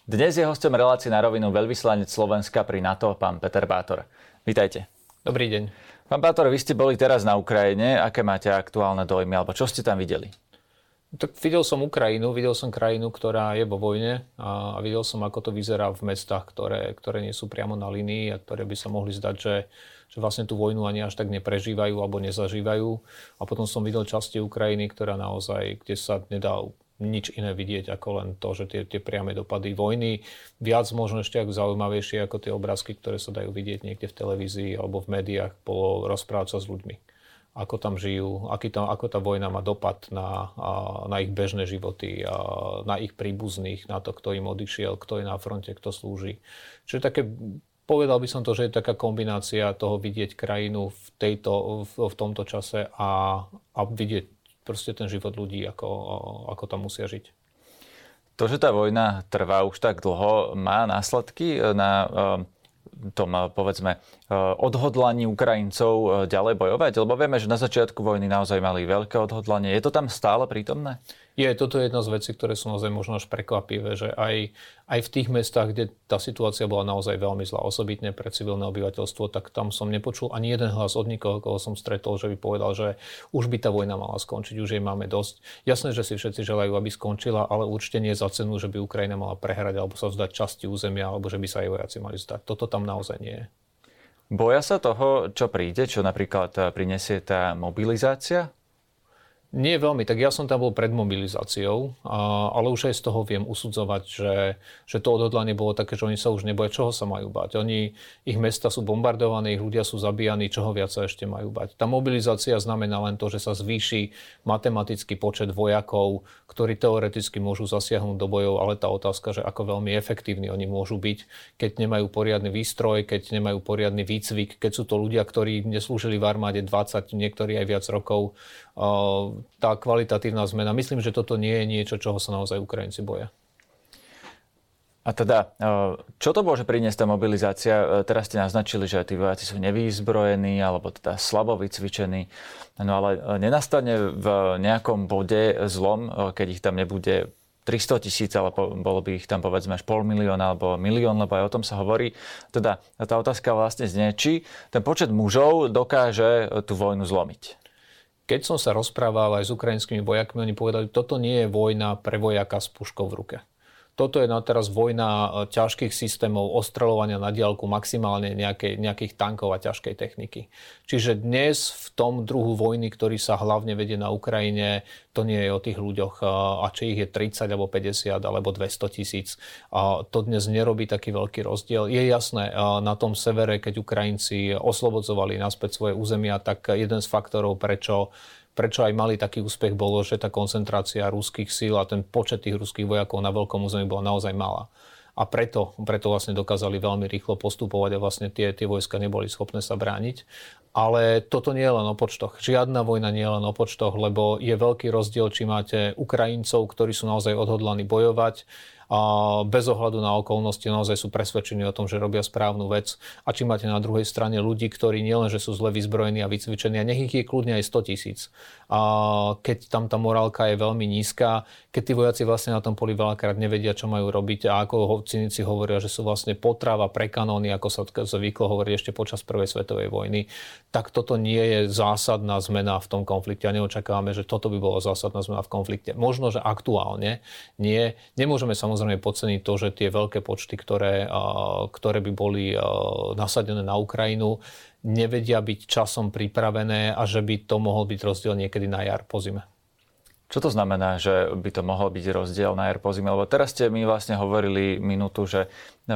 Dnes je hosťom relácie Na rovinu veľvyslanec Slovenska pri NATO, pán Peter Bátor. Vítajte. Dobrý deň. Pán Bátor, vy ste boli teraz na Ukrajine. Aké máte aktuálne dojmy, alebo čo ste tam videli? Tak videl som Ukrajinu, videl som krajinu, ktorá je vo vojne a videl som, ako to vyzerá v mestách, ktoré nie sú priamo na línii a ktoré by sa mohli zdať, že vlastne tú vojnu ani až tak neprežívajú alebo nezažívajú. A potom som videl časti Ukrajiny, ktorá naozaj, kde sa nedá nič iné vidieť ako len to, že tie priame dopady vojny. Viac možno ešte ako zaujímavejšie ako tie obrázky, ktoré sa dajú vidieť niekde v televízii alebo v médiách, bolo rozprávať sa s ľuďmi. Ako tam žijú, ako tá vojna má dopad na ich bežné životy, na ich príbuzných, na to, kto im odišiel, kto je na fronte, kto slúži. Čiže také, povedal by som to, že je taká kombinácia toho vidieť krajinu v tomto čase a vidieť proste ten život ľudí, ako tam musia žiť. To, že tá vojna trvá už tak dlho, má následky na tom, povedzme, odhodlaní Ukrajincov ďalej bojovať? Lebo vieme, že na začiatku vojny naozaj mali veľké odhodlanie. Je to tam stále prítomné? Toto je jedna z vecí, ktoré sú naozaj možno až prekvapivé, že aj v tých mestách, kde tá situácia bola naozaj veľmi zlá, osobitne pre civilné obyvateľstvo, tak tam som nepočul ani jeden hlas od nikoho, koho som stretol, že by povedal, že už by tá vojna mala skončiť, už jej máme dosť. Jasné, že si všetci želajú, aby skončila, ale určite nie za cenu, že by Ukrajina mala prehrať alebo sa vzdať časti územia, alebo že by sa jej vojaci mali vzdať. Toto tam naozaj nie je. Boja sa toho, čo príde, čo napríklad prinesie tá mobilizácia? Nie veľmi, tak ja som tam bol pred mobilizáciou, ale už aj z toho viem usudzovať, že to odhodlanie bolo také, že oni sa už neboja, čoho sa majú bať. Ich mesta sú bombardované, ich ľudia sú zabíjani, čoho viac sa ešte majú bať. Tá mobilizácia znamená len to, že sa zvýši matematický počet vojakov, ktorí teoreticky môžu zasiahnuť do bojov, ale tá otázka, že ako veľmi efektívni oni môžu byť, keď nemajú poriadny výstroj, keď nemajú poriadny výcvik, keď sú to ľudia, ktorí neslúžili v armáde 20, niektorí aj viac rokov. Tá kvalitatívna zmena. Myslím, že toto nie je niečo, čoho sa naozaj Ukrajinci boja. A teda, čo to môže priniesť tá mobilizácia? Teraz ste naznačili, že tí vojaci sú nevyzbrojení alebo teda slabo vycvičení. No ale nenastane v nejakom bode zlom, keď ich tam nebude 300 000, ale bolo by ich tam povedzme až 500 000 alebo 1 000 000, lebo aj o tom sa hovorí. Teda tá otázka vlastne znie, či ten počet mužov dokáže tú vojnu zlomiť. Keď som sa rozprával aj s ukrajinskými vojakmi, oni povedali, že toto nie je vojna pre vojaka s puškou v ruke. Toto je na teraz vojna ťažkých systémov ostreľovania na diaľku, maximálne nejakých tankov a ťažkej techniky. Čiže dnes v tom druhu vojny, ktorý sa hlavne vedie na Ukrajine, to nie je o tých ľuďoch, a či ich je 30 alebo 50 alebo 200 000. To dnes nerobí taký veľký rozdiel. Je jasné, na tom severe, keď Ukrajinci oslobodzovali naspäť svoje územia, tak jeden z faktorov, prečo aj mali taký úspech, bolo, že tá koncentrácia ruských síl a ten počet tých ruských vojakov na veľkom území bola naozaj malá. A preto vlastne dokázali veľmi rýchlo postupovať a vlastne tie vojska neboli schopné sa brániť. Ale toto nie je len o počtoch. Žiadna vojna nie je len o počtoch, lebo je veľký rozdiel, či máte Ukrajincov, ktorí sú naozaj odhodlaní bojovať, a bez ohľadu na okolnosti naozaj sú presvedčení o tom, že robia správnu vec. A či máte na druhej strane ľudí, ktorí nielenže sú zle vyzbrojení a vycvičení, a nech ich je kľudne aj 100 000. A keď tam tá morálka je veľmi nízka, keď tí vojaci vlastne na tom poli veľakrát nevedia, čo majú robiť, a ako cynici hovoria, že sú vlastne potrava pre kanóny, ako sa zvyklo hovoriť ešte počas prvej svetovej vojny, tak toto nie je zásadná zmena v tom konflikte. A neočakávame, že toto by bola zásadná zmena v konflikte. Možno, že aktuálne nie. Nemôžeme samozrejme podceniť to, že tie veľké počty, ktoré by boli nasadené na Ukrajinu, nevedia byť časom pripravené a že by to mohol byť rozdiel niekedy na jar po zime. Čo to znamená, že by to mohol byť rozdiel na jar po zime? Lebo teraz ste mi vlastne hovorili minútu, že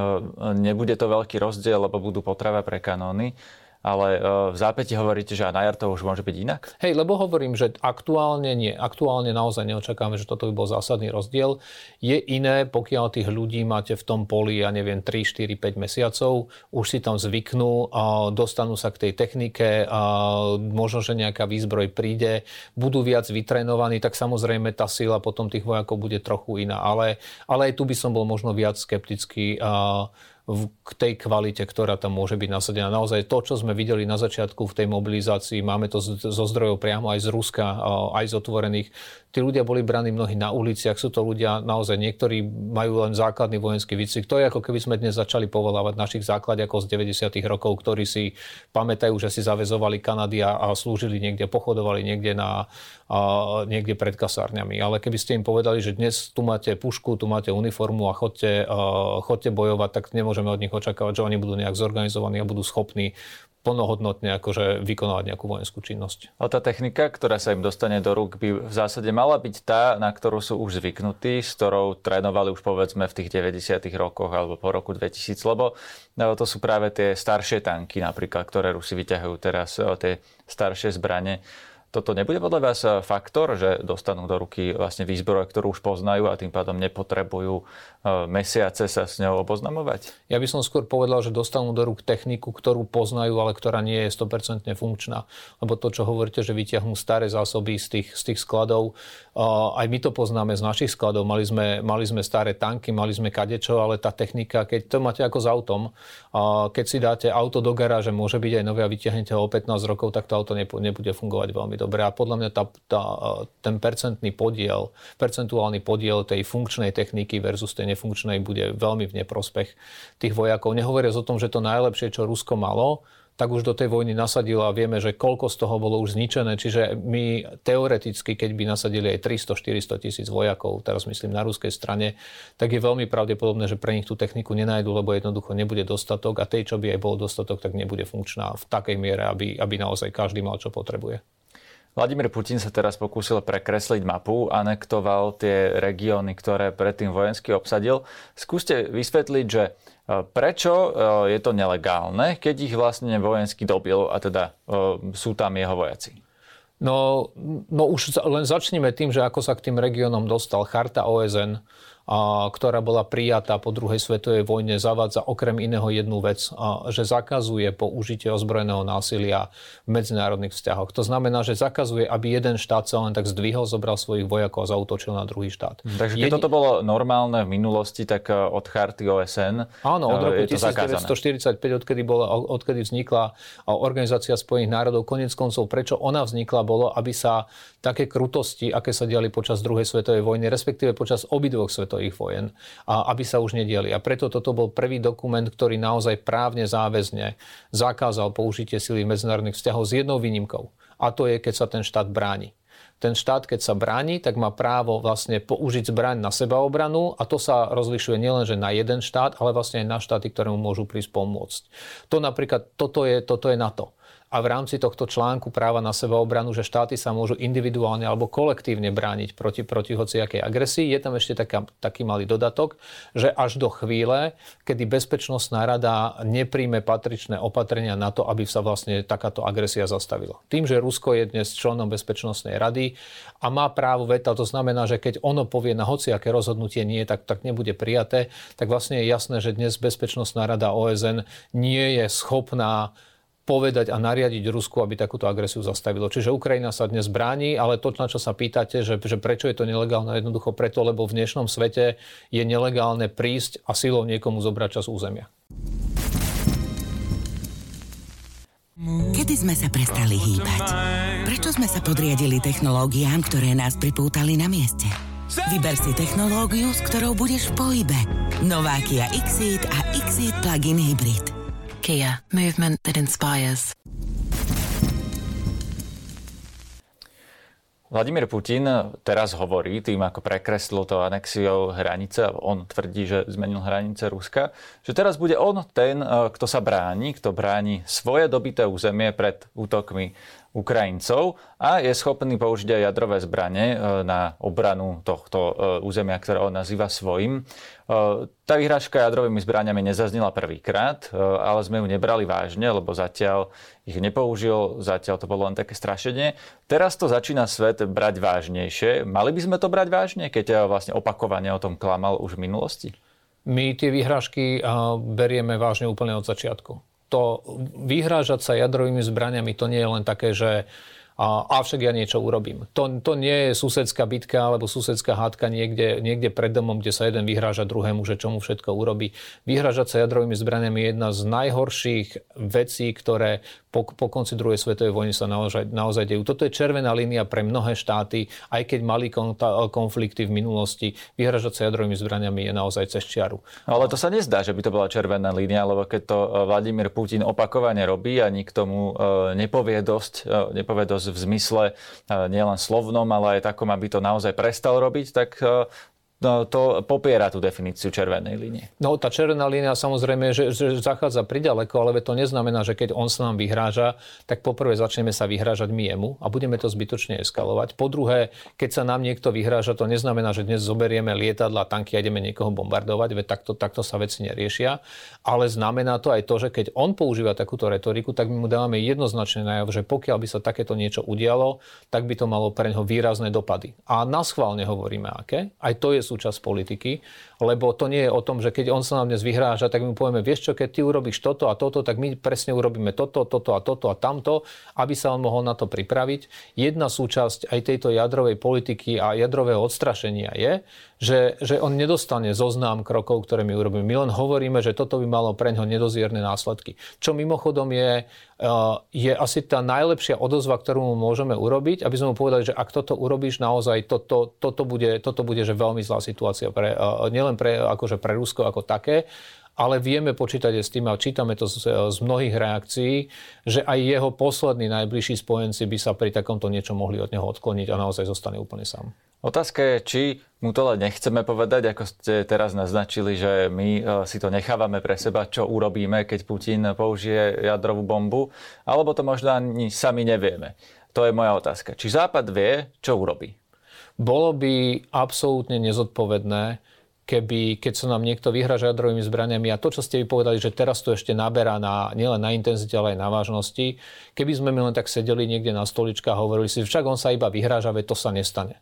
nebude to veľký rozdiel, lebo budú potrava pre kanóny. Ale v zápäti hovoríte, že na jar to už môže byť inak? Lebo hovorím, že aktuálne nie. Aktuálne naozaj neočakávame, že toto by bol zásadný rozdiel. Je iné, pokiaľ tých ľudí máte v tom poli, 3, 4, 5 mesiacov, už si tam zvyknú, dostanú sa k tej technike, možno, že nejaká výzbroj príde, budú viac vytrénovaní, tak samozrejme tá sila potom tých vojakov bude trochu iná. Ale aj tu by som bol možno viac skeptický k tej kvalite, ktorá tam môže byť nasadená. Naozaj to, čo sme videli na začiatku v tej mobilizácii, máme to zo zdrojov priamo aj z Ruska, aj z otvorených. Tí ľudia boli braní mnohí na uliciach, sú to ľudia naozaj, niektorí majú len základný vojenský výcvik. To je ako keby sme dnes začali povolávať našich základiakov z 90. rokov, ktorí si pamätajú, že si zaväzovali Kanady a slúžili niekde, pochodovali niekde pred kasárňami. Ale keby ste im povedali, že dnes tu máte pušku, tu máte uniformu a chodte bojovať, tak nemôžeme od nich očakávať, že oni budú nejak zorganizovaní a budú schopní plnohodnotne akože vykonávať nejakú vojenskú činnosť. Ale tá technika, ktorá sa im dostane do rúk, by v zásade mala byť tá, na ktorú sú už zvyknutí, s ktorou trénovali už povedzme v tých 90. rokoch alebo po roku 2000, lebo to sú práve tie staršie tanky napríklad, ktoré Rusi vyťahujú teraz, tie staršie zbrane. Toto nebude podľa vás faktor, že dostanú do ruky vlastne výzbroj, ktorú už poznajú a tým pádom nepotrebujú mesiace sa s ňou oboznamovať? Ja by som skôr povedal, že dostanú do rúk techniku, ktorú poznajú, ale ktorá nie je 100% funkčná. Lebo to, čo hovoríte, že vyťahnú staré zásoby z tých skladov, aj my to poznáme z našich skladov. Mali sme staré tanky, mali sme kadečo, ale tá technika, keď to máte ako s autom, keď si dáte auto do garáže, môže byť aj nové a vyťahnete ho o 15 rokov, tak to auto nebude fungovať veľmi dobre. A podľa mňa ten percentuálny podiel tej funkčnej techniky versus tej nefunkčnej bude veľmi v neprospech tých vojakov. Nehovoriac o tom, že to najlepšie, čo Rusko malo, tak už do tej vojny nasadilo a vieme, že koľko z toho bolo už zničené. Čiže my teoreticky, keď by nasadili aj 300-400 tisíc vojakov, teraz myslím na ruskej strane, tak je veľmi pravdepodobné, že pre nich tú techniku nenájdu, lebo jednoducho nebude dostatok a tej, čo by aj bol dostatok, tak nebude funkčná v takej miere, aby naozaj každý mal, čo potrebuje. Vladimír Putin sa teraz pokúsil prekresliť mapu, anektoval tie regióny, ktoré predtým vojensky obsadil. Skúste vysvetliť, že prečo je to nelegálne, keď ich vlastne vojensky dobil a teda sú tam jeho vojaci? No už len začneme tým, že ako sa k tým regiónom dostal. Charta OSN, ktorá bola prijatá po druhej svetovej vojne, zavádza okrem iného jednu vec, že zakazuje použitie ozbrojeného násilia v medzinárodných vzťahoch. To znamená, že zakazuje, aby jeden štát sa len tak zdvihol, zobral svojich vojakov a zaútočil na druhý štát. Takže keď toto bolo normálne v minulosti, tak od charty OSN áno, od roku 1945, odkedy vznikla Organizácia spojených národov, koniec koncov, prečo ona vznikla, bolo, aby sa také krutosti, aké sa diali počas druhej svetovej vojny, respektíve počas obidvoch svetových vojen, a aby sa už nediali. A preto toto bol prvý dokument, ktorý naozaj právne záväzne zakázal použitie sily v medzinárodných vzťahov s jednou výnimkou. A to je, keď sa ten štát bráni. Ten štát, keď sa bráni, tak má právo vlastne použiť zbraň na sebaobranu a to sa rozlišuje nielenže na jeden štát, ale vlastne aj na štáty, ktoré mu môžu prísť pomôcť. To napríklad, toto je NATO. A v rámci tohto článku práva na sebaobranu, že štáty sa môžu individuálne alebo kolektívne brániť proti hociakej agresii, je tam ešte taký malý dodatok, že až do chvíle, kedy Bezpečnostná rada nepríjme patričné opatrenia na to, aby sa vlastne takáto agresia zastavila. Tým, že Rusko je dnes členom Bezpečnostnej rady a má právo veta, to znamená, že keď ono povie na hociaké rozhodnutie nie, tak nebude prijaté, tak vlastne je jasné, že dnes Bezpečnostná rada OSN nie je schopná povedať a nariadiť Rusku, aby takúto agresiu zastavilo. Čiže Ukrajina sa dnes bráni, ale to, na čo sa pýtate, že prečo je to nelegálne, jednoducho preto, lebo v dnešnom svete je nelegálne prísť a silou niekomu zobrať časť územia. Kedy sme sa prestali hýbať? Prečo sme sa podriadili technológiám, ktoré nás pripútali na mieste? Vyber si technológiu, s ktorou budeš v pohybe. Nová Kia Xceed a Xceed Plug-in Hybrid. Kia, movement that inspires. Vladimír Putin teraz hovorí, tým ako prekreslil to anexiou hranice, on tvrdí, že zmenil hranice Ruska, že teraz bude on ten, kto sa bráni, kto bráni svoje dobité územie pred útokmi Ukrajincov a je schopný použiť aj jadrové zbrane na obranu tohto územia, ktoré on nazýva svojím. Tá vyhrážka jadrovými zbraniami nezaznela prvýkrát, ale sme ju nebrali vážne, lebo zatiaľ ich nepoužil, zatiaľ to bolo len také strašenie. Teraz to začína svet brať vážnejšie. Mali by sme to brať vážne, keď vlastne opakovane o tom klamal už v minulosti? My tie vyhrážky berieme vážne úplne od začiatku. To vyhrážať sa jadrovými zbraniami, to nie je len také, že avšak ja niečo urobím. To nie je susedská bitka alebo susedská hádka niekde pred domom, kde sa jeden vyhráža druhému, že čo mu všetko urobí. Vyhrážať sa jadrovými zbraniami je jedna z najhorších vecí, ktoré po konci druhej svetovej vojny sa naozaj dejú. Toto je červená línia pre mnohé štáty, aj keď mali konflikty v minulosti. Vyhrážať sa jadrovými zbraniami je naozaj cez čiaru. Ale to sa nezdá, že by to bola červená línia, lebo keď to Vladimír Putin opakovane robí a nik tomu nepovie dosť v zmysle nielen slovnom, ale aj takom, aby to naozaj prestal robiť, tak to popiera tú definíciu červenej línie. No, tá červená línia samozrejme, že zachádza priďaleko, ale to neznamená, že keď on sa nám vyhráža, tak poprvé začneme sa vyhrážať my jemu a budeme to zbytočne eskalovať. Po druhé, keď sa nám niekto vyhráža, to neznamená, že dnes zoberieme lietadla, tanky a ideme niekoho bombardovať, veď takto sa veci neriešia, ale znamená to aj to, že keď on používa takúto retoriku, tak my mu dávame jednoznačne najavo, že pokiaľ by sa takéto niečo udialo, tak by to malo pre neho výrazné dopady. A naschválne hovoríme aké. Aj to je súčasť politiky, lebo to nie je o tom, že keď on sa nám dnes vyhráža, tak my povieme, vieš čo, keď ty urobíš toto a toto, tak my presne urobíme toto a tamto, aby sa on mohol na to pripraviť. Jedna súčasť aj tejto jadrovej politiky a jadrového odstrašenia je, že on nedostane zoznam krokov, ktoré my urobíme. My len hovoríme, že toto by malo pre ňoho nedozierne následky. Čo mimochodom je asi tá najlepšia odozva, ktorú mu môžeme urobiť, aby sme mu povedali, že ak toto urobíš, naozaj toto bude že veľmi zlá situácia nielen pre Rusko ako také, ale vieme počítať s tým a čítame to z mnohých reakcií, že aj jeho poslední najbližší spojenci by sa pri takomto niečo mohli od neho odkloniť a naozaj zostane úplne sám. Otázka je, či mu to len nechceme povedať, ako ste teraz naznačili, že my si to nechávame pre seba, čo urobíme, keď Putin použije jadrovú bombu, alebo to možno ani sami nevieme. To je moja otázka. Či Západ vie, čo urobí? Bolo by absolútne nezodpovedné, keď sa nám niekto vyhráža jadrovými zbraniami a to, čo ste vypovedali, že teraz to ešte naberá nielen na intenzite, ale aj na vážnosti. Keby sme my len tak sedeli niekde na stoličkách a hovorili si, však on sa iba vyhráža, veď to sa nestane.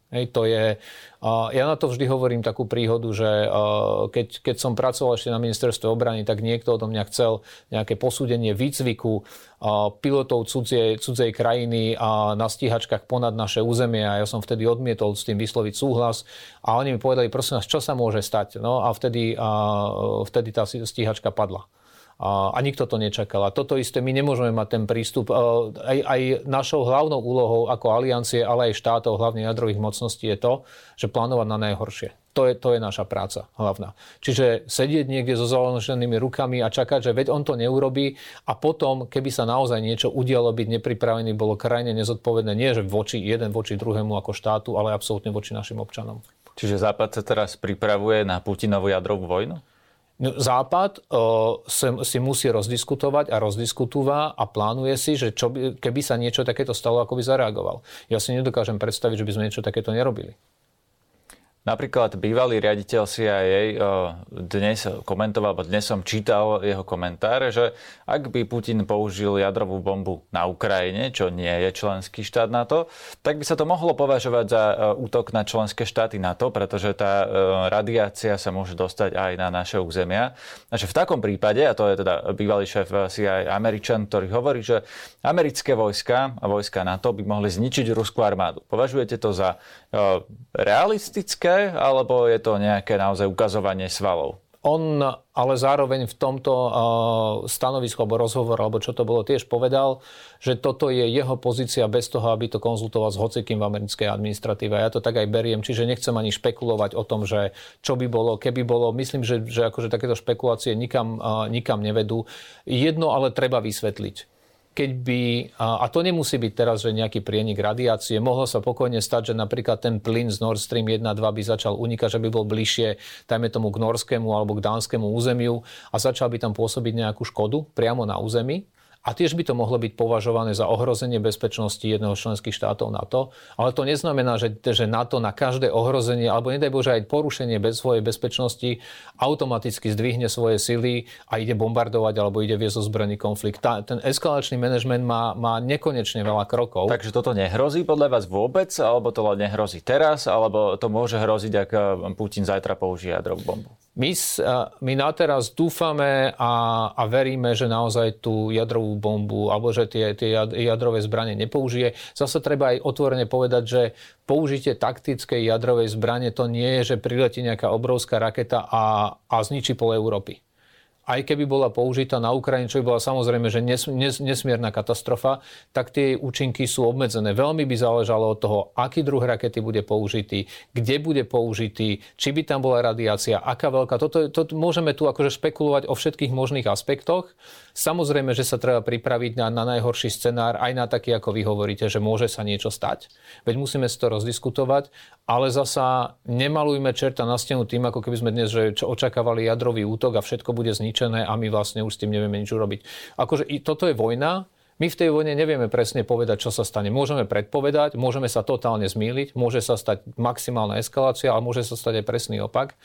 Ja na to vždy hovorím takú príhodu, že keď som pracoval ešte na ministerstve obrany, tak niekto odo mňa chcel nejaké posúdenie výcviku pilotov cudzej krajiny na stíhačkách ponad naše územie a ja som vtedy odmietol s tým vysloviť súhlas a oni mi povedali, prosím vás, čo sa môže stať? No a vtedy tá stíhačka padla. A nikto to nečakal. A toto isté, my nemôžeme mať ten prístup. Aj našou hlavnou úlohou ako aliancie, ale aj štátov, hlavne jadrových mocností je to, že plánovať na najhoršie. To je naša práca hlavná. Jeden sedieť niekde so založenými rukami a čakať, že veď on to neurobí a potom, keby sa naozaj niečo udialo, byť nepripravený, bolo krajne nezodpovedné. Nie, že jeden voči druhému ako štátu, ale absolútne voči našim občanom. Čiže Západ sa teraz pripravuje na Putinovú jadrovú vojnu? Západ si musí rozdiskutovať a rozdiskutúva a plánuje si, že keby sa niečo takéto stalo, ako by zareagoval. Ja si nedokážem predstaviť, že by sme niečo takéto nerobili. Napríklad bývalý riaditeľ CIA dnes komentoval, alebo dnes som čítal jeho komentáre, že ak by Putin použil jadrovú bombu na Ukrajine, čo nie je členský štát NATO, tak by sa to mohlo považovať za útok na členské štáty NATO, pretože tá radiácia sa môže dostať aj na naše územia. A že v takom prípade, a to je teda bývalý šéf CIA Američan, ktorý hovorí, že americké vojska a vojska NATO by mohli zničiť ruskú armádu. Považujete to za realistické, alebo je to nejaké naozaj ukazovanie svalov? On ale zároveň v tomto stanovisku alebo rozhovor, alebo čo to bolo, tiež povedal, že toto je jeho pozícia bez toho, aby to konzultoval s hocikým v americkej administratíve. Ja to tak aj beriem, čiže nechcem ani špekulovať o tom, že čo by bolo, keby bolo. Myslím, že akože takéto špekulácie nikam nevedú. Jedno ale treba vysvetliť. A to nemusí byť teraz, že nejaký prienik radiácie. Mohlo sa pokojne stať, že napríklad ten plyn z Nord Stream 1 a 2 by začal unikať, že by bol bližšie, dajme tomu k norskému alebo k dánskemu územiu a začal by tam pôsobiť nejakú škodu priamo na území. A tiež by to mohlo byť považované za ohrozenie bezpečnosti jedného z členských štátov NATO. Ale to neznamená, že NATO na každé ohrozenie, alebo nedaj Bože aj porušenie svojej bezpečnosti automaticky zdvihne svoje sily a ide bombardovať alebo ide viesť ozbrojený konflikt. Ten eskalačný manažment má nekonečne veľa krokov. Takže toto nehrozí podľa vás vôbec? Alebo to nehrozí teraz? Alebo to môže hroziť, ak Putin zajtra použije jadrovú bombu? My na teraz dúfame a veríme, že naozaj tú jadrovú bombu alebo že tie jadrové zbranie nepoužije. Zase treba aj otvorene povedať, že použitie taktickej jadrovej zbrane to nie je, že priletí nejaká obrovská raketa a zničí pol Európy. Aj keby bola použitá na Ukrajine, čo by bola samozrejme, že nesmierna katastrofa, tak tie účinky sú obmedzené. Veľmi by záležalo od toho, aký druh rakety bude použitý, kde bude použitý, či by tam bola radiácia, aká veľká. Môžeme tu akože špekulovať o všetkých možných aspektoch. Samozrejme, že sa treba pripraviť na najhorší scenár, aj na taký, ako vy hovoríte, že môže sa niečo stať. Veď musíme si to rozdiskutovať, ale zasa nemalujme čerta na stenu tým, ako keby sme dnes očakávali jadrový útok a všetko bude zničené a my vlastne už s tým nevieme nič urobiť. Akože toto je vojna. My v tej vojne nevieme presne povedať, čo sa stane. Môžeme predpovedať, môžeme sa totálne zmýliť, môže sa stať maximálna eskalácia, ale môže sa stať aj presný opak.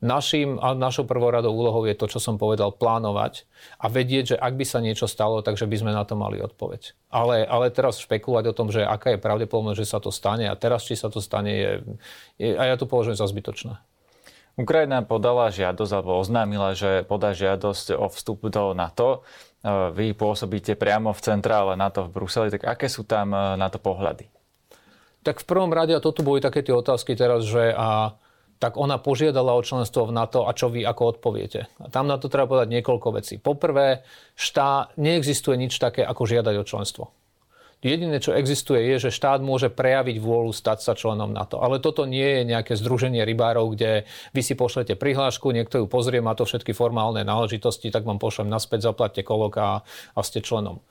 Našou prvoradou úlohou je to, čo som povedal, plánovať a vedieť, že ak by sa niečo stalo, takže by sme na to mali odpoveď. Ale teraz špekulovať o tom, že aká je pravdepodobnosť, že sa to stane a teraz, či sa to stane, a ja to považujem za zbytočné. Ukrajina podala žiadosť, alebo oznámila, že podá žiadosť o vstup do NATO. Vy pôsobíte priamo v centrále NATO v Bruseli, tak aké sú tam na to pohľady? Tak v prvom rade, a toto boli také tie otázky teraz, že tak ona požiadala o členstvo v NATO a čo vy ako odpoviete? A tam na to treba povedať niekoľko vecí. Poprvé, neexistuje nič také, ako žiadať o členstvo. Jediné, čo existuje, je, že štát môže prejaviť vôľu stať sa členom NATO. Ale toto nie je nejaké združenie rybárov, kde vy si pošlete prihlášku, niekto ju pozrie, má to všetky formálne náležitosti, tak vám pošlem naspäť, zaplatte kolok a ste členom.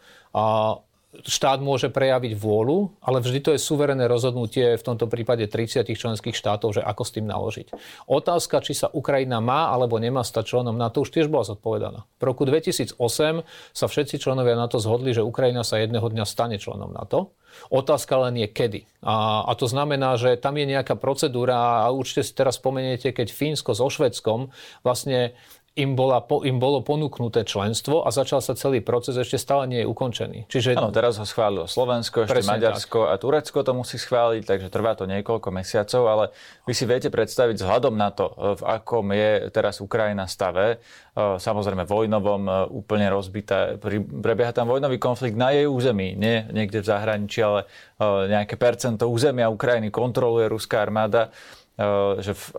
Štát môže prejaviť vôľu, ale vždy to je suverénne rozhodnutie, v tomto prípade 30 členských štátov, že ako s tým naložiť. Otázka, či sa Ukrajina má alebo nemá stať členom NATO, už tiež bola zodpovedaná. V roku 2008 sa všetci členovia NATO zhodli, že Ukrajina sa jedného dňa stane členom NATO. Otázka len je kedy. A to znamená, že tam je nejaká procedúra a určite si teraz spomeniete, keď Fínsko so Švédskom vlastne im bolo ponúknuté členstvo a začal sa celý proces, ešte stále nie je ukončený. Áno, teraz ho schválilo Slovensko, ešte Maďarsko a Turecko to musí schváliť, takže trvá to niekoľko mesiacov, ale vy si viete predstaviť vzhľadom na to, v akom je teraz Ukrajina stave, samozrejme vojnovom, úplne rozbitá, prebieha tam vojnový konflikt na jej území, nie niekde v zahraničí, ale nejaké percento územia Ukrajiny kontroluje ruská armáda, že v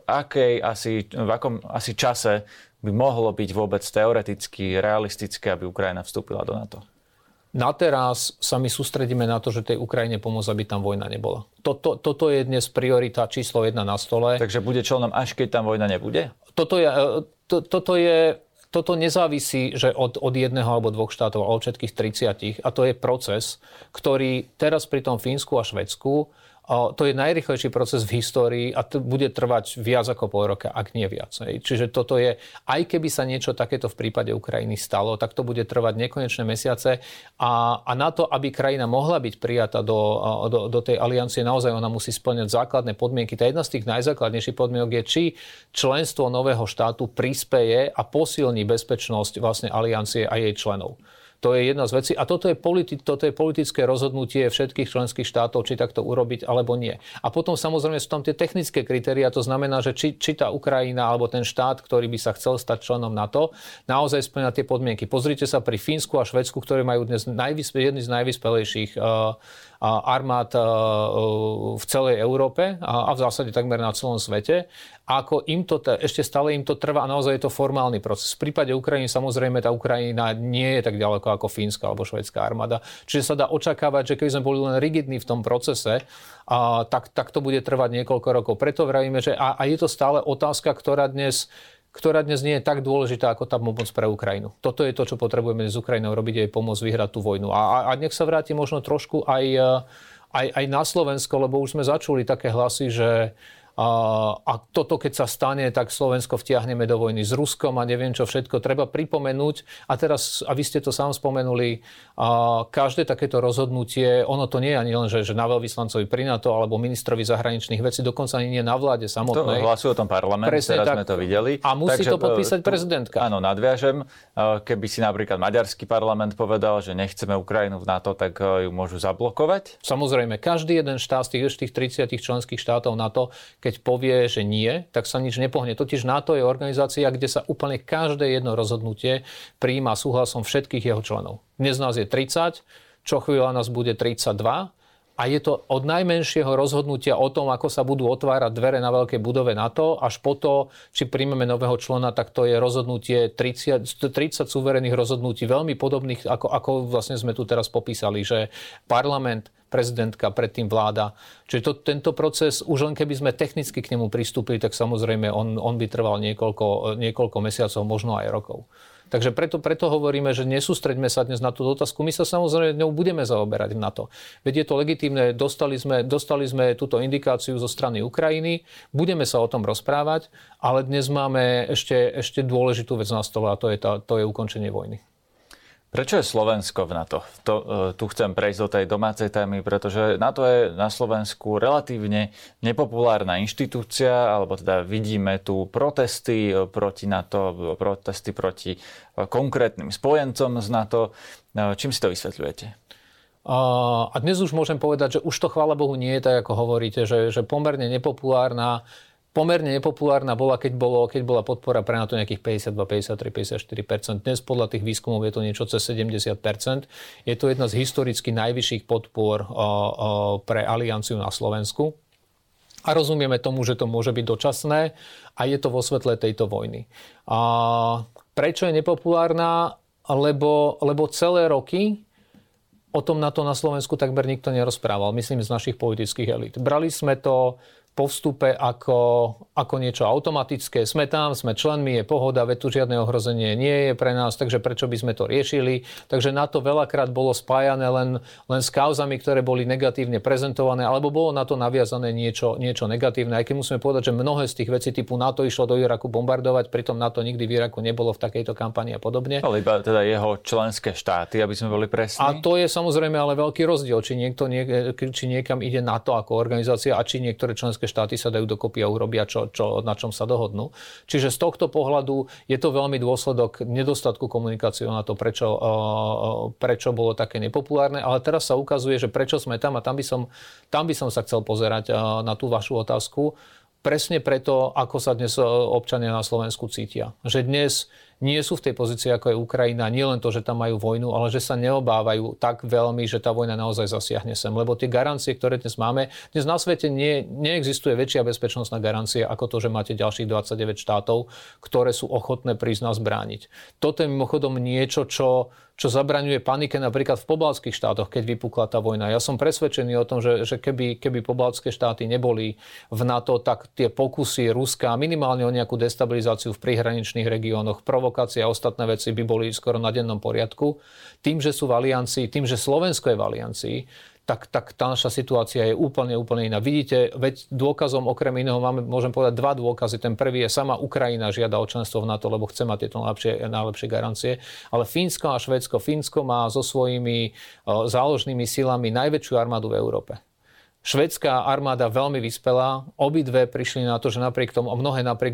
akom asi čase by mohlo byť vôbec teoreticky realistické, aby Ukrajina vstúpila do NATO? Na teraz sa my sústredíme na to, že tej Ukrajine pomôcť, aby tam vojna nebola. Toto je dnes priorita číslo 1 na stole. Takže bude členom, až keď tam vojna nebude? Toto nezávisí že od jedného alebo dvoch štátov, ale od všetkých 30. A to je proces, ktorý teraz pri tom Fínsku a Švédsku, to je najrýchlejší proces v histórii a to bude trvať viac ako pol roka, ak nie viac. Čiže toto je, aj keby sa niečo takéto v prípade Ukrajiny stalo, tak to bude trvať nekonečné mesiace a na to, aby krajina mohla byť prijatá do tej aliancie, naozaj ona musí spĺňať základné podmienky. Tá jedna z tých najzákladnejších podmienok je, či členstvo nového štátu prispeje a posilní bezpečnosť vlastne aliancie a jej členov. To je jedna z vecí. A toto je politické rozhodnutie všetkých členských štátov, či takto urobiť, alebo nie. A potom samozrejme sú tam tie technické kritériá. To znamená, že či tá Ukrajina alebo ten štát, ktorý by sa chcel stať členom NATO, naozaj spĺňa tie podmienky. Pozrite sa pri Fínsku a Švédsku, ktorí majú dnes jedny z najvyspelejších armád v celej Európe a v zásade takmer na celom svete. A ako ešte stále im to trvá a naozaj je to formálny proces. V prípade Ukrajiny samozrejme tá Ukrajina nie je tak ďaleko ako fínska alebo švédská armáda. Čiže sa dá očakávať, že keby sme boli len rigidní v tom procese, tak to bude trvať niekoľko rokov. Preto vravíme, že a je to stále otázka, ktorá dnes nie je tak dôležitá ako tá pomoc pre Ukrajinu. Toto je to, čo potrebujeme s Ukrajinou robiť, je pomôcť vyhrať tú vojnu. A nech sa vráti možno trošku aj na Slovensko, lebo už sme začuli také hlasy, že a toto, keď sa stane, tak Slovensko vtiahneme do vojny s Ruskom a neviem čo všetko. Treba pripomenúť, a vy ste to sám spomenuli, každé takéto rozhodnutie, ono to nie je ani len, že na veľvyslancovi pri NATO alebo ministrovi zahraničných vecí, dokonca ani nie na vláde samotnej. To hlasuje o tom parlament, teraz sme to videli. A musí to podpísať prezidentka. Áno, nadviažem. Keby si napríklad maďarský parlament povedal, že nechceme Ukrajinu v NATO, tak ju môžu zablokovať? Samozrejme, každý jeden štát z tých 30 členských štátov NATO, keď povie, že nie, tak sa nič nepohne. Totiž NATO je organizácia, kde sa úplne každé jedno rozhodnutie prijíma súhlasom všetkých jeho členov. Dnes nás je 30, čo chvíľa nás bude 32. A je to od najmenšieho rozhodnutia o tom, ako sa budú otvárať dvere na veľkej budove NATO, až po to, či príjmeme nového člena, tak to je rozhodnutie 30 suverénnych rozhodnutí, veľmi podobných, ako vlastne sme tu teraz popísali, že parlament, prezidentka, predtým vláda. Čiže tento proces, už len keby sme technicky k nemu pristúpili, tak samozrejme on by trval niekoľko mesiacov, možno aj rokov. Takže preto hovoríme, že nesústreďme sa dnes na tú otázku. My sa samozrejme ňou budeme zaoberať na to. Veď je to legitímne, dostali sme túto indikáciu zo strany Ukrajiny, budeme sa o tom rozprávať, ale dnes máme ešte dôležitú vec na stole a to je ukončenie vojny. Prečo je Slovensko v NATO? Tu chcem prejsť do tej domácej témy, pretože NATO je na Slovensku relatívne nepopulárna inštitúcia, alebo teda vidíme tu protesty proti NATO, protesty proti konkrétnym spojencom z NATO. Čím si to vysvetľujete? A dnes už môžem povedať, že už to, chvála Bohu, nie je tak, ako hovoríte, že pomerne nepopulárna bola, keď bola podpora pre NATO nejakých 52, 53, 54%. Dnes podľa tých výskumov je to niečo cez 70%. Je to jedna z historicky najvyšších podpor pre alianciu na Slovensku. A rozumieme tomu, že to môže byť dočasné a je to vo svetle tejto vojny. A prečo je nepopulárna? Lebo celé roky o tom NATO na Slovensku takmer nikto nerozprával. Myslím z našich politických elít. Brali sme to po vstupe ako niečo automatické. Sme tam, sme členmi, je pohoda, veď tu žiadne ohrozenie nie je pre nás, takže prečo by sme to riešili. Takže na to veľakrát bolo spájané len s kauzami, ktoré boli negatívne prezentované, alebo bolo na to naviazané niečo negatívne. Aj keď musíme povedať, že mnohé z tých vecí typu NATO išlo do Iraku bombardovať, pritom NATO nikdy v Iraku nebolo v takejto kampani a podobne. Ale iba teda jeho členské štáty, aby sme boli presní. A to je samozrejme ale veľký rozdiel, či niekam ide NATO ako organizácia a či niektoré členské štáty sa dajú dokopy a urobia, na čom sa dohodnú. Čiže z tohto pohľadu je to veľmi dôsledok nedostatku komunikácie na to, prečo bolo také nepopulárne. Ale teraz sa ukazuje, že prečo sme tam a tam by som sa chcel pozerať na tú vašu otázku. Presne preto, ako sa dnes občania na Slovensku cítia. Že dnes nie sú v tej pozícii, ako je Ukrajina. Nie len to, že tam majú vojnu, ale že sa neobávajú tak veľmi, že tá vojna naozaj zasiahne sem. Lebo tie garancie, ktoré dnes máme, dnes na svete neexistuje väčšia bezpečnostná garancia ako to, že máte ďalších 29 štátov, ktoré sú ochotné prísť nás brániť. Toto je mimochodom niečo, čo zabraňuje panike napríklad v pobaltských štátoch, keď vypukla tá vojna. Ja som presvedčený o tom, že keby pobaltské štáty neboli v NATO, tak tie pokusy Ruska minimálne o nejakú destabilizáciu v prihraničných regiónoch, provokácie a ostatné veci by boli skoro na dennom poriadku. Tým, že sú v aliancii, tým, že Slovensko je v aliancii, tak tá naša situácia je úplne iná. Vidíte, veď dôkazom okrem iného môžem povedať dva dôkazy. Ten prvý je sama Ukrajina žiada o členstvo v NATO, lebo chce mať tieto najlepšie garancie. Ale Fínsko a Švédsko. Fínsko má so svojimi záložnými silami najväčšiu armádu v Európe. Švédská armáda veľmi vyspelá. Obidve prišli na to, že napriek tomu, napriek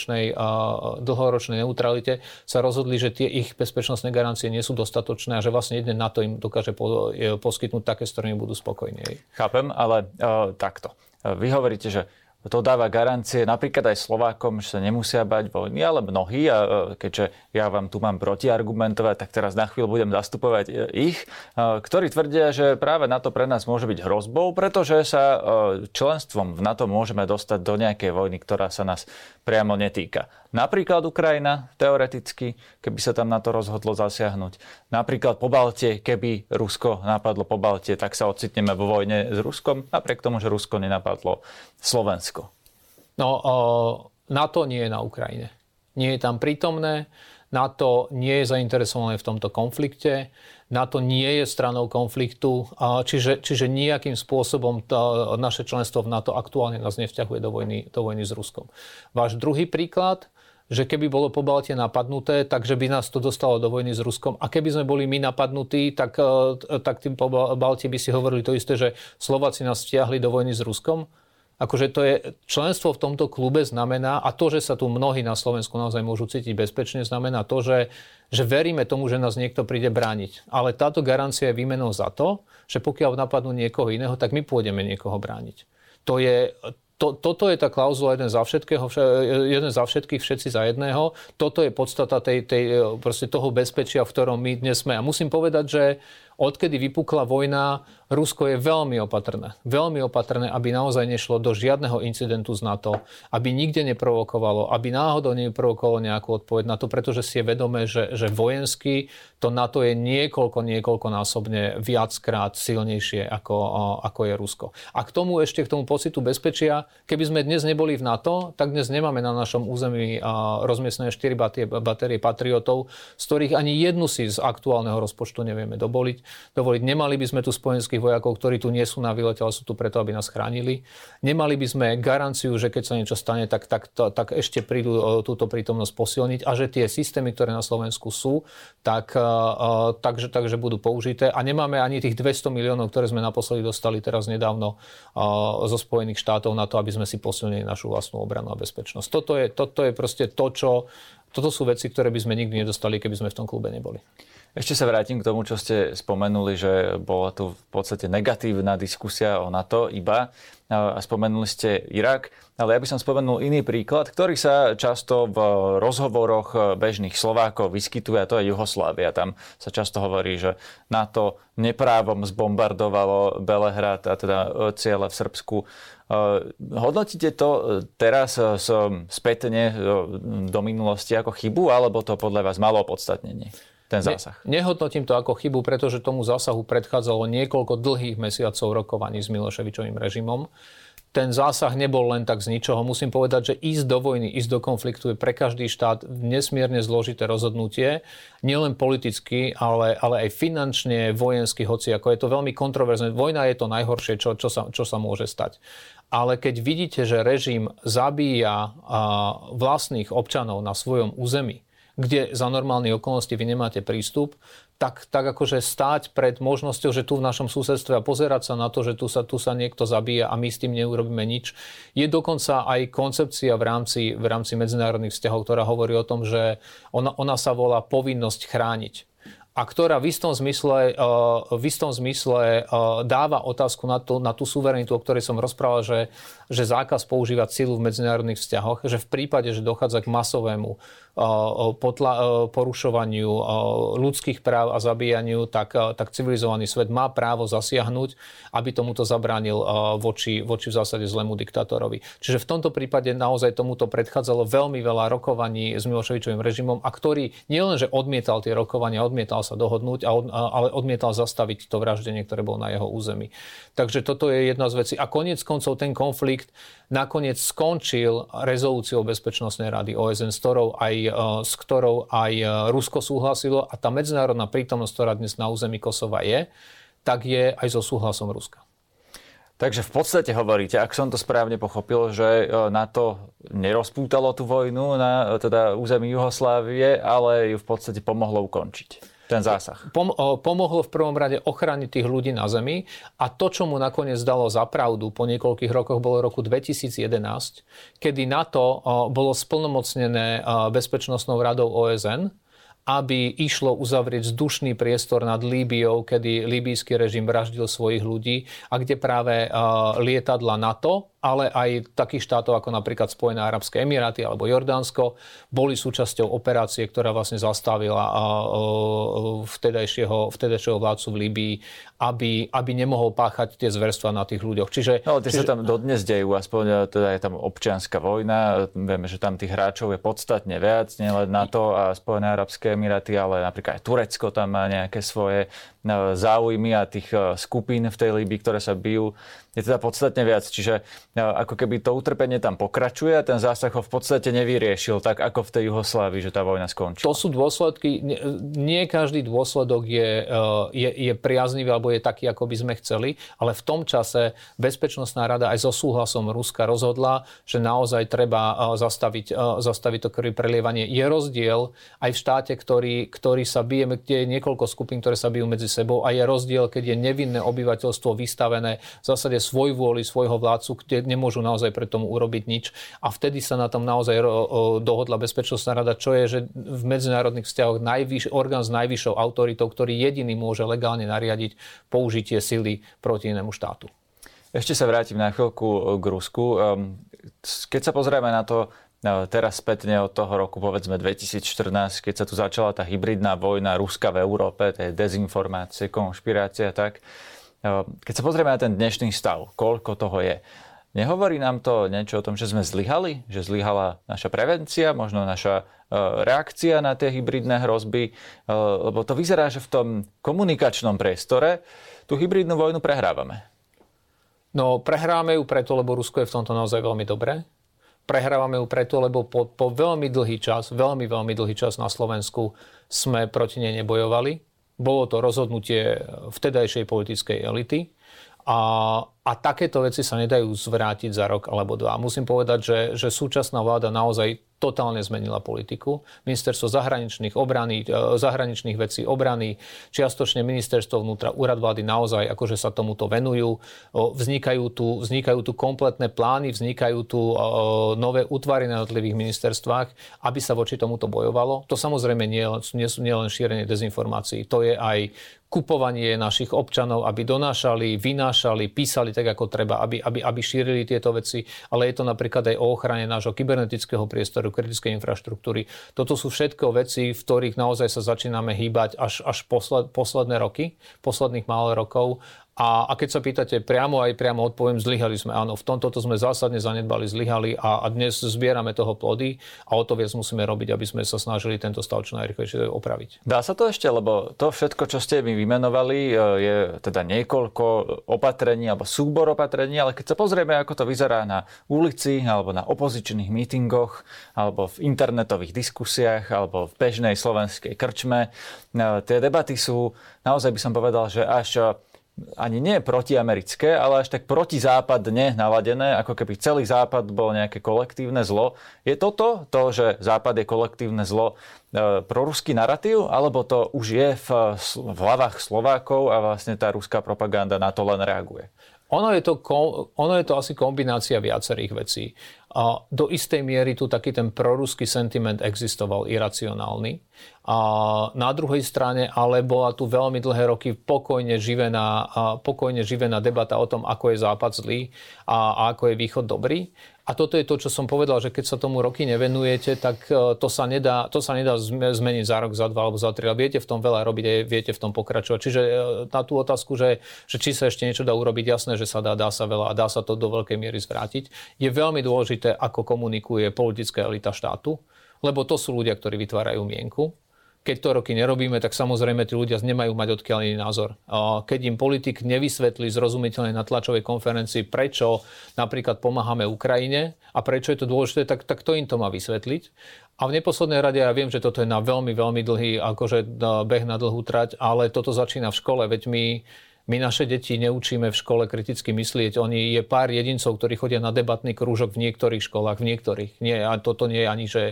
dlhoročnej neutralite sa rozhodli, že tie ich bezpečnostné garancie nie sú dostatočné a že vlastne jedne NATO im dokáže poskytnúť také, s ktorými budú spokojní. Chápem, ale takto. Vy hovoríte, že to dáva garancie napríklad aj Slovákom, že sa nemusia bať vojny, ale mnohí, a keďže ja vám tu mám protiargumentovať, tak teraz na chvíľu budem zastupovať ich, ktorí tvrdia, že práve NATO pre nás môže byť hrozbou, pretože sa členstvom v NATO môžeme dostať do nejakej vojny, ktorá sa nás priamo netýka. Napríklad Ukrajina, teoreticky, keby sa tam na to rozhodlo zasiahnuť. Napríklad Pobaltie, keby Rusko napadlo Pobaltie, tak sa ocitneme vo vojne s Ruskom, napriek tomu, že Rusko nenapadlo Slovensko. No, NATO nie je na Ukrajine. Nie je tam prítomné. NATO nie je zainteresované v tomto konflikte. NATO nie je stranou konfliktu, čiže nejakým spôsobom naše členstvo v NATO aktuálne nás nevzťahuje do vojny s Ruskom. Váš druhý príklad, že keby bolo Pobaltie napadnuté, takže by nás to dostalo do vojny s Ruskom. A keby sme boli my napadnutí, tak tým Pobaltie by si hovorili to isté, že Slováci nás vtiahli do vojny s Ruskom. Akože to je, členstvo v tomto klube znamená, a to, že sa tu mnohí na Slovensku naozaj môžu cítiť bezpečne, znamená to, že veríme tomu, že nás niekto príde brániť. Ale táto garancia je výmenou za to, že pokiaľ napadnú niekoho iného, tak my pôjdeme niekoho brániť. To Toto je tá klauzula jeden za všetkých, všetci za jedného. Toto je podstata proste toho bezpečia, v ktorom my dnes sme. A musím povedať, že odkedy vypukla vojna, Rusko je veľmi opatrné, aby naozaj nešlo do žiadneho incidentu z NATO, aby nikde neprovokovalo, aby náhodou neprovokovalo nejakú odpoveď na to, pretože si je vedomé, že vojensky to NATO je niekoľkonásobne viackrát silnejšie ako je Rusko. A k tomu pocitu bezpečia, keby sme dnes neboli v NATO, tak dnes nemáme na našom území rozmiestnené 4 batérie Patriotov, z ktorých ani jednu si z aktuálneho rozpočtu nevieme dovoliť. Nemali by sme tu spojenských vojakov, ktorí tu nie sú na výlete, ale sú tu preto, aby nás chránili. Nemali by sme garanciu, že keď sa niečo stane, tak ešte prídu túto prítomnosť posilniť a že tie systémy, ktoré na Slovensku sú, takže budú použité. A nemáme ani tých 200 miliónov, ktoré sme naposledy dostali teraz nedávno zo Spojených štátov na to, aby sme si posilnili našu vlastnú obranu a bezpečnosť. Toto je proste toto sú veci, ktoré by sme nikdy nedostali, keby sme v tom klube neboli. Ešte sa vrátim k tomu, čo ste spomenuli, že bola tu v podstate negatívna diskusia o NATO iba a spomenuli ste Irak, ale ja by som spomenul iný príklad, ktorý sa často v rozhovoroch bežných Slovákov vyskytuje, a to je Juhoslávia. Tam sa často hovorí, že NATO neprávom zbombardovalo Belehrad a teda ciele v Srbsku. Hodnotíte to teraz spätne do minulosti ako chybu, alebo to podľa vás malo opodstatnenie? Ten zásah. Nehodnotím to ako chybu, pretože tomu zásahu predchádzalo niekoľko dlhých mesiacov rokovaní s Miloševičovým režimom. Ten zásah nebol len tak z ničoho. Musím povedať, že ísť do vojny, ísť do konfliktu je pre každý štát nesmierne zložité rozhodnutie. Nielen politicky, ale aj finančne, vojensky, hoci ako je to veľmi kontroverzné. Vojna je to najhoršie, čo sa môže stať. Ale keď vidíte, že režim zabíja vlastných občanov na svojom území, kde za normálnych okolností vy nemáte prístup, tak akože stáť pred možnosťou, že tu v našom susedstve a pozerať sa na to, že tu sa niekto zabíja a my s tým neurobíme nič. Je dokonca aj koncepcia v rámci medzinárodných vzťahov, ktorá hovorí o tom, že ona sa volá povinnosť chrániť. A ktorá v istom zmysle dáva otázku na tú suverenitu, o ktorej som rozprával, že zákaz používať silu v medzinárodných vzťahoch, že v prípade, že dochádza k masovému porušovaniu ľudských práv a zabíjaniu, tak civilizovaný svet má právo zasiahnuť, aby tomuto zabránil voči v zásade zlému diktátorovi. Čiže v tomto prípade naozaj tomuto predchádzalo veľmi veľa rokovaní s Miloševičovým režimom, a ktorý nielenže odmietal tie rokovania, odmietal sa dohodnúť, ale odmietal zastaviť to vraždenie, ktoré bolo na jeho území. Takže toto je jedna z vecí. A koniec koncov ten konflikt nakoniec skončil rezolúciou Bezpečnostnej rady OSN, s ktorou aj Rusko súhlasilo, a tá medzinárodná prítomnosť, ktorá dnes na území Kosova je, tak je aj so súhlasom Ruska. Takže v podstate hovoríte, ak som to správne pochopil, že NATO nerozpútalo tú vojnu na teda území Juhoslávie, ale ju v podstate pomohlo ukončiť. Ten zásah. Pomohlo v prvom rade ochrániť tých ľudí na zemi, a to, čo mu nakoniec dalo za pravdu po niekoľkých rokoch, bolo roku 2011, kedy NATO bolo splnomocnené Bezpečnostnou radou OSN, aby išlo uzavrieť vzdušný priestor nad Líbyou, kedy líbyjský režim vraždil svojich ľudí, a kde práve lietadla NATO, ale aj takých štátov ako napríklad Spojené arabské emiráty alebo Jordánsko boli súčasťou operácie, ktorá vlastne zastavila vtedajšieho vládcu v Líbii, aby nemohol páchať tie zverstvá na tých ľuďoch. Čiže sa tam dodnes dejú, aspoň teda je tam občianska vojna. Vieme, že tam tých hráčov je podstatne viac, nielen NATO a Spojené arabské emiráty, ale napríklad aj Turecko tam má nejaké svoje záujmy a tých skupín v tej Líbii, ktoré sa bijú, je teda podstatne viac. Čiže ako keby to utrpenie tam pokračuje a ten zásah ho v podstate nevyriešil tak, ako v tej Juhoslávii, že tá vojna skončila. To sú dôsledky. Nie každý dôsledok je priaznivý alebo je taký, ako by sme chceli, ale v tom čase Bezpečnostná rada aj so súhlasom Ruska rozhodla, že naozaj treba zastaviť to krvi prelievanie. Je rozdiel aj v štáte, ktorý sa bije, kde je niekoľko skupín, ktoré sa bijú medzi sebou, a je rozdiel, keď je nevinné obyvateľstvo vystavené v zásade svojvôli svojho vládcu, kde nemôžu naozaj pre tomu urobiť nič. A vtedy sa na tom naozaj dohodla Bezpečnostná rada, čo je, že v medzinárodných vzťahoch orgán s najvyššou autoritou, ktorý jediný môže legálne nariadiť použitie sily proti inému štátu. Ešte sa vrátim na chvíľku k Rusku. Keď sa pozrieme na to teraz spätne od toho roku, povedzme 2014, keď sa tu začala tá hybridná vojna Ruska v Európe, tie dezinformácie, konšpirácia, tak keď sa pozrieme na ten dnešný stav, koľko toho je, nehovorí nám to niečo o tom, že sme zlyhali? Že zlyhala naša prevencia, možno naša reakcia na tie hybridné hrozby? Lebo to vyzerá, že v tom komunikačnom priestore tú hybridnú vojnu prehrávame. No, prehráme ju preto, lebo Rusko je v tomto naozaj veľmi dobré. Prehrávame ju preto, lebo po veľmi dlhý čas na Slovensku sme proti nej nebojovali. Bolo to rozhodnutie vtedajšej politickej elity. A takéto veci sa nedajú zvrátiť za rok alebo dva. Musím povedať, že súčasná vláda naozaj totálne zmenila politiku. Ministerstvo zahraničných vecí, obrany, čiastočne ministerstvo vnútra, úrad vlády naozaj akože sa tomuto venujú. Vznikajú tu kompletné plány, vznikajú tu nové útvary na jednotlivých ministerstvách, aby sa voči tomuto bojovalo. To samozrejme nie sú len šírenie dezinformácií. To je aj kupovanie našich občanov, aby donášali, vynášali, písali tak, ako treba, aby šírili tieto veci. Ale je to napríklad aj o ochrane nášho kybernetického priestoru, kritickej infraštruktúry. Toto sú všetko veci, v ktorých naozaj sa začíname hýbať až posledné roky, posledných málo rokov. A keď sa pýtate priamo odpoviem, zlyhali sme. Áno, v tomto sme zásadne zanedbali, zlyhali a dnes zbierame toho plody a o to viac musíme robiť, aby sme sa snažili tento stav čo najrýchlejšie opraviť. Dá sa to ešte, lebo to všetko, čo ste mi vymenovali, je teda niekoľko opatrení alebo súbor opatrení, ale keď sa pozrieme, ako to vyzerá na ulici alebo na opozičných mítingoch alebo v internetových diskusiách alebo v bežnej slovenskej krčme, tie debaty sú, naozaj by som povedal, že až ani nie protiamerické, ale až tak protizápadne naladené, ako keby celý Západ bol nejaké kolektívne zlo. Je toto to, že Západ je kolektívne zlo, proruský narratív, alebo to už je v hlavách Slovákov a vlastne tá ruská propaganda na to len reaguje? Ono je to asi kombinácia viacerých vecí. Do istej miery tu taký ten proruský sentiment existoval, iracionálny. A na druhej strane ale bola tu veľmi dlhé roky pokojne živená debata o tom, ako je Západ zlý a ako je Východ dobrý. A toto je to, čo som povedal, že keď sa tomu roky nevenujete, tak to sa nedá zmeniť za rok, za dva alebo za tri. Ale viete v tom veľa robiť a viete v tom pokračovať. Čiže na tú otázku, že či sa ešte niečo dá urobiť, jasné, že sa dá sa veľa a dá sa to do veľkej miery zvrátiť. Je veľmi dôležité, ako komunikuje politická elita štátu, lebo to sú ľudia, ktorí vytvárajú mienku. Keď to roky nerobíme, tak samozrejme tí ľudia nemajú mať odkiaľ iný názor. Keď im politik nevysvetlí zrozumiteľne na tlačovej konferencii, prečo napríklad pomáhame Ukrajine a prečo je to dôležité, tak to im to má vysvetliť. A v neposlednej rade ja viem, že toto je na veľmi, veľmi dlhý beh na dlhú trať, ale toto začína v škole, veď my naše deti neučíme v škole kriticky myslieť. Je pár jedincov, ktorí chodia na debatný krúžok v niektorých školách, v niektorých. Nie, a toto nie je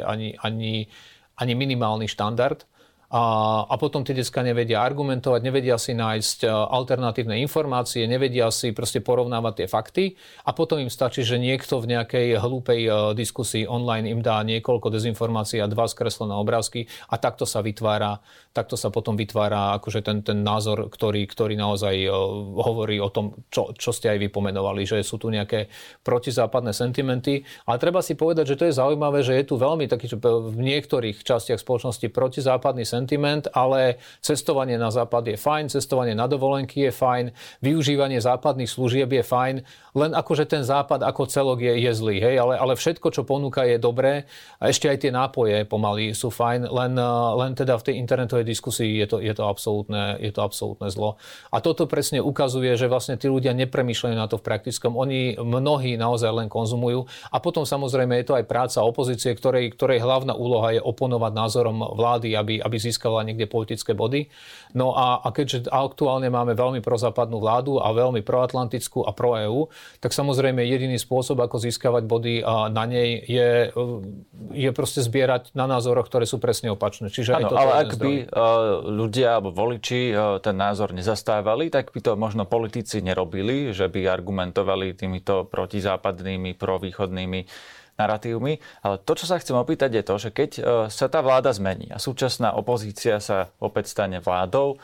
ani minimálny štandard. A potom tie decká nevedia argumentovať, nevedia si nájsť alternatívne informácie, nevedia si proste porovnávať tie fakty a potom im stačí, že niekto v nejakej hlúpej diskusii online im dá niekoľko dezinformácií a 2 skreslené obrázky a takto sa potom vytvára akože ten názor, ktorý naozaj hovorí o tom, čo ste aj vy pomenovali, že sú tu nejaké protizápadné sentimenty. Ale treba si povedať, že to je zaujímavé, že je tu veľmi taký, v niektorých častiach spoločnosti protizápadný sentiment, ale cestovanie na západ je fajn, cestovanie na dovolenky je fajn, využívanie západných služieb je fajn, len akože ten západ ako celok je zlý, hej, ale všetko, čo ponúka, je dobré a ešte aj tie nápoje pomaly sú fajn, len teda v tej internetovej diskusii je to absolútne zlo. A toto presne ukazuje, že vlastne tí ľudia nepremýšľajú na to v praktickom, mnohí naozaj len konzumujú a potom samozrejme je to aj práca opozície, ktorej hlavná úloha je oponovať názorom vlády, aby získala niekde politické body. No a keďže aktuálne máme veľmi prozápadnú vládu a veľmi proatlantickú a pro EU, tak samozrejme jediný spôsob, ako získavať body na nej je proste zbierať na názoroch, ktoré sú presne opačné. Čiže áno, ale ak by ľudia alebo voliči ten názor nezastávali, tak by to možno politici nerobili, že by argumentovali týmito protizápadnými, provýchodnými naratívmi. Ale to, čo sa chcem opýtať, je to, že keď sa tá vláda zmení a súčasná opozícia sa opäť stane vládou,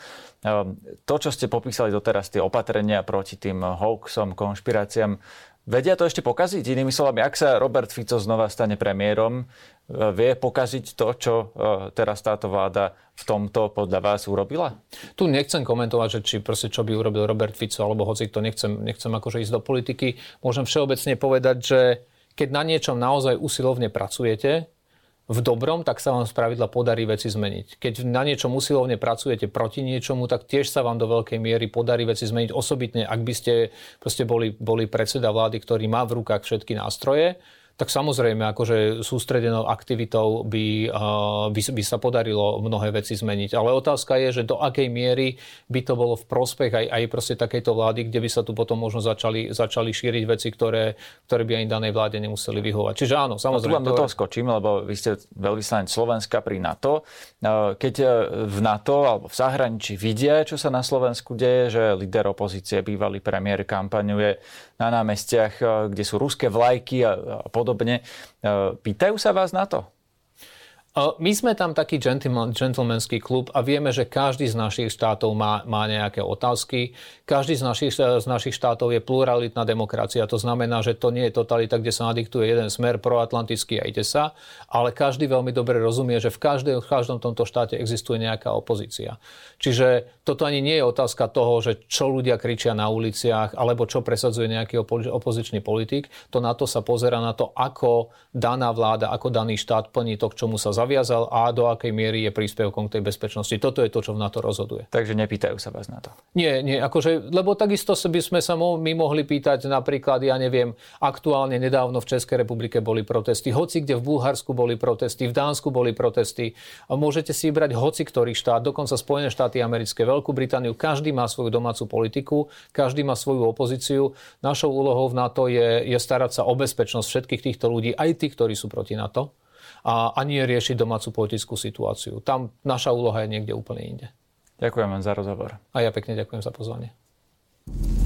To, čo ste popísali doteraz, tie opatrenia proti tým hoaxom, konšpiráciám, vedia to ešte pokaziť? Inými slovami, ak sa Robert Fico znova stane premiérom, vie pokaziť to, čo teraz táto vláda v tomto podľa vás urobila? Tu nechcem komentovať, že čo by urobil Robert Fico, alebo hoci to nechcem akože ísť do politiky. Môžem všeobecne povedať, že keď na niečom naozaj usilovne pracujete, v dobrom, tak sa vám spravidla podarí veci zmeniť. Keď na niečom usilovne pracujete proti niečomu, tak tiež sa vám do veľkej miery podarí veci zmeniť. Osobitne, ak by ste proste boli predseda vlády, ktorý má v rukách všetky nástroje, tak samozrejme, akože sústredenou aktivitou by sa podarilo mnohé veci zmeniť. Ale otázka je, že do akej miery by to bolo v prospech aj proste takejto vlády, kde by sa tu potom možno začali šíriť veci, ktoré by ani danej vláde nemuseli vyhovať. Čiže áno, samozrejme. Tu vám do toho skočím, lebo vy ste veľvyslanec Slovenska pri NATO. Keď v NATO alebo v zahraničí vidia, čo sa na Slovensku deje, že líder opozície, bývalý premiér, kampaňuje na námestiach, kde sú ruské vlajky a podobne. Pýtajú sa vás na to? My sme tam taký gentlemanský klub a vieme, že každý z našich štátov má nejaké otázky. Každý z našich štátov je pluralitná demokracia. To znamená, že to nie je totalita, kde sa nadiktuje jeden smer proatlantický a ide sa, ale každý veľmi dobre rozumie, že v každom tomto štáte existuje nejaká opozícia. Čiže toto ani nie je otázka toho, že čo ľudia kričia na uliciach alebo čo presadzuje nejaký opozičný politik. To na to sa pozerá na to, ako daná vláda, ako daný štát plní to, k čomu sa zaviazal a do akej miery je príspevkom k tej bezpečnosti. Toto je to, čo v NATO rozhoduje. Takže nepýtajú sa vás na to? Nie, akože, lebo takisto by sme sa my mohli pýtať napríklad, ja neviem, aktuálne nedávno v Českej republike boli protesty, hoci kde v Bulharsku boli protesty, v Dánsku boli protesty. A môžete si vybrať hoci ktorý štát, dokonca Spojené štáty americké, Veľkú Britániu, každý má svoju domácu politiku, každý má svoju opozíciu. Našou úlohou v NATO je starať sa o bezpečnosť všetkých týchto ľudí, aj tých, ktorí sú proti NATO. A nie riešiť domácu politickú situáciu. Tam naša úloha je niekde úplne inde. Ďakujem vám za rozhovor. A ja pekne ďakujem za pozvanie.